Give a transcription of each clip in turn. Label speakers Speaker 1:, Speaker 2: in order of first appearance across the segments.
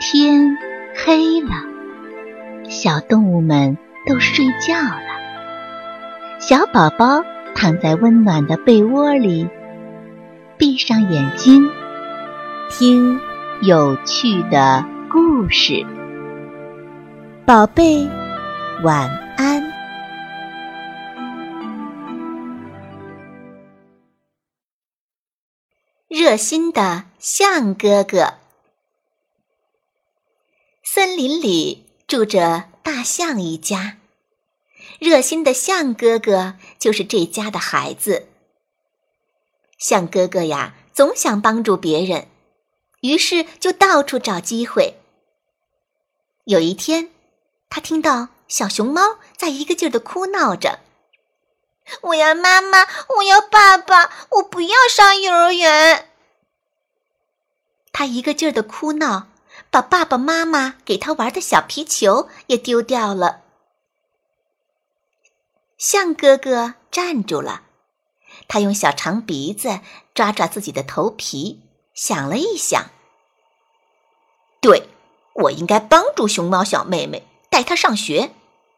Speaker 1: 天黑了，小动物们都睡觉了。小宝宝躺在温暖的被窝里，闭上眼睛，听有趣的故事。宝贝，晚安。热心的象哥哥。森林里住着大象一家，热心的象哥哥就是这家的孩子。象哥哥呀，总想帮助别人，于是就到处找机会。有一天，他听到小熊猫在一个劲儿地哭闹着：“我要妈妈，我要爸爸，我不要上幼儿园。”他一个劲儿地哭闹，把爸爸妈妈给他玩的小皮球也丢掉了。象哥哥站住了，他用小长鼻子抓抓自己的头皮，想了一想，对，我应该帮助熊猫小妹妹，带她上学。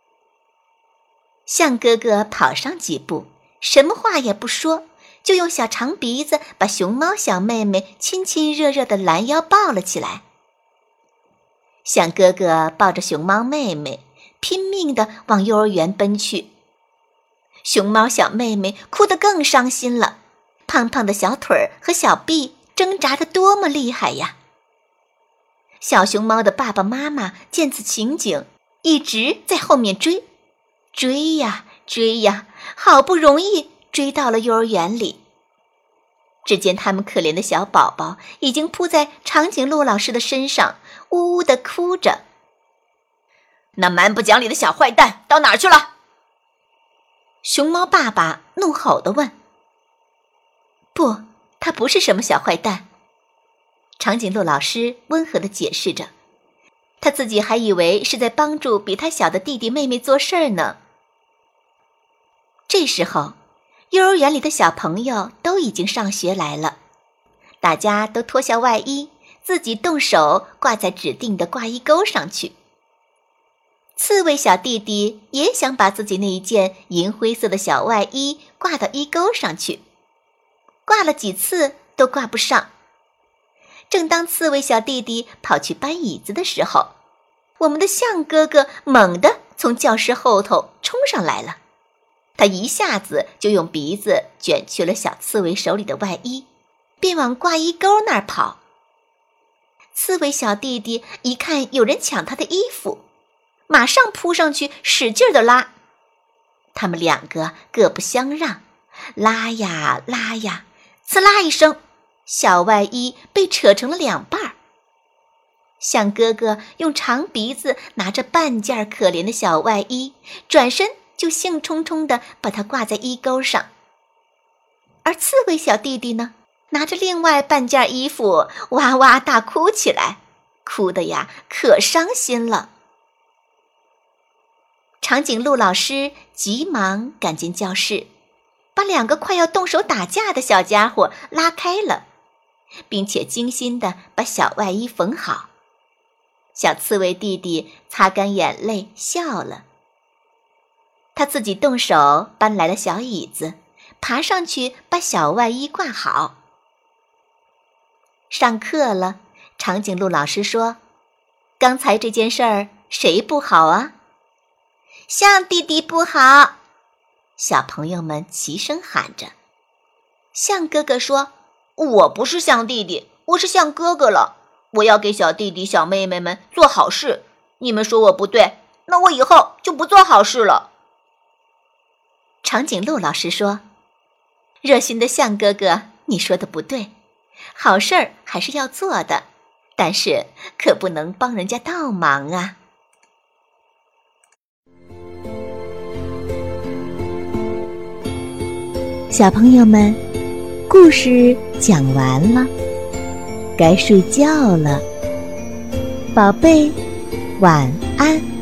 Speaker 1: 象哥哥跑上几步，什么话也不说，就用小长鼻子把熊猫小妹妹亲亲热热地拦腰抱了起来。象哥哥抱着熊猫妹妹，拼命地往幼儿园奔去。熊猫小妹妹哭得更伤心了，胖胖的小腿儿和小臂挣扎得多么厉害呀！小熊猫的爸爸妈妈见此情景，一直在后面追呀追呀，好不容易追到了幼儿园里。只见他们可怜的小宝宝已经扑在长颈鹿老师的身上，呜呜地哭着。那蛮不讲理的小坏蛋到哪儿去了？熊猫爸爸怒吼地问。不，他不是什么小坏蛋。长颈鹿老师温和地解释着，他自己还以为是在帮助比他小的弟弟妹妹做事儿呢。这时候，幼儿园里的小朋友都已经上学来了，大家都脱下外衣，自己动手挂在指定的挂衣钩上去。刺猬小弟弟也想把自己那一件银灰色的小外衣挂到衣钩上去，挂了几次都挂不上。正当刺猬小弟弟跑去搬椅子的时候，我们的象哥哥猛地从教室后头冲上来了。他一下子就用鼻子卷去了小刺猬手里的外衣，便往挂衣钩那儿跑。刺猬小弟弟一看有人抢他的衣服，马上扑上去使劲地拉。他们两个各不相让，拉呀拉呀，刺啦一声，小外衣被扯成了两半。象哥哥用长鼻子拿着半件可怜的小外衣，转身就兴冲冲地把它挂在衣钩上。而刺猬小弟弟呢，拿着另外半件衣服哇哇大哭起来，哭得呀可伤心了。长颈鹿老师急忙赶进教室，把两个快要动手打架的小家伙拉开了，并且精心地把小外衣缝好。小刺猬弟弟擦干眼泪笑了，他自己动手搬来了小椅子，爬上去把小外衣挂好。上课了，长颈鹿老师说：“刚才这件事儿谁不好啊？”象弟弟不好，小朋友们齐声喊着。象哥哥说：“我不是象弟弟，我是象哥哥了。我要给小弟弟小妹妹们做好事，你们说我不对，那我以后就不做好事了。”长颈鹿老师说：“热心的象哥哥，你说的不对，好事儿还是要做的，但是可不能帮人家倒忙啊。”小朋友们，故事讲完了，该睡觉了，宝贝，晚安。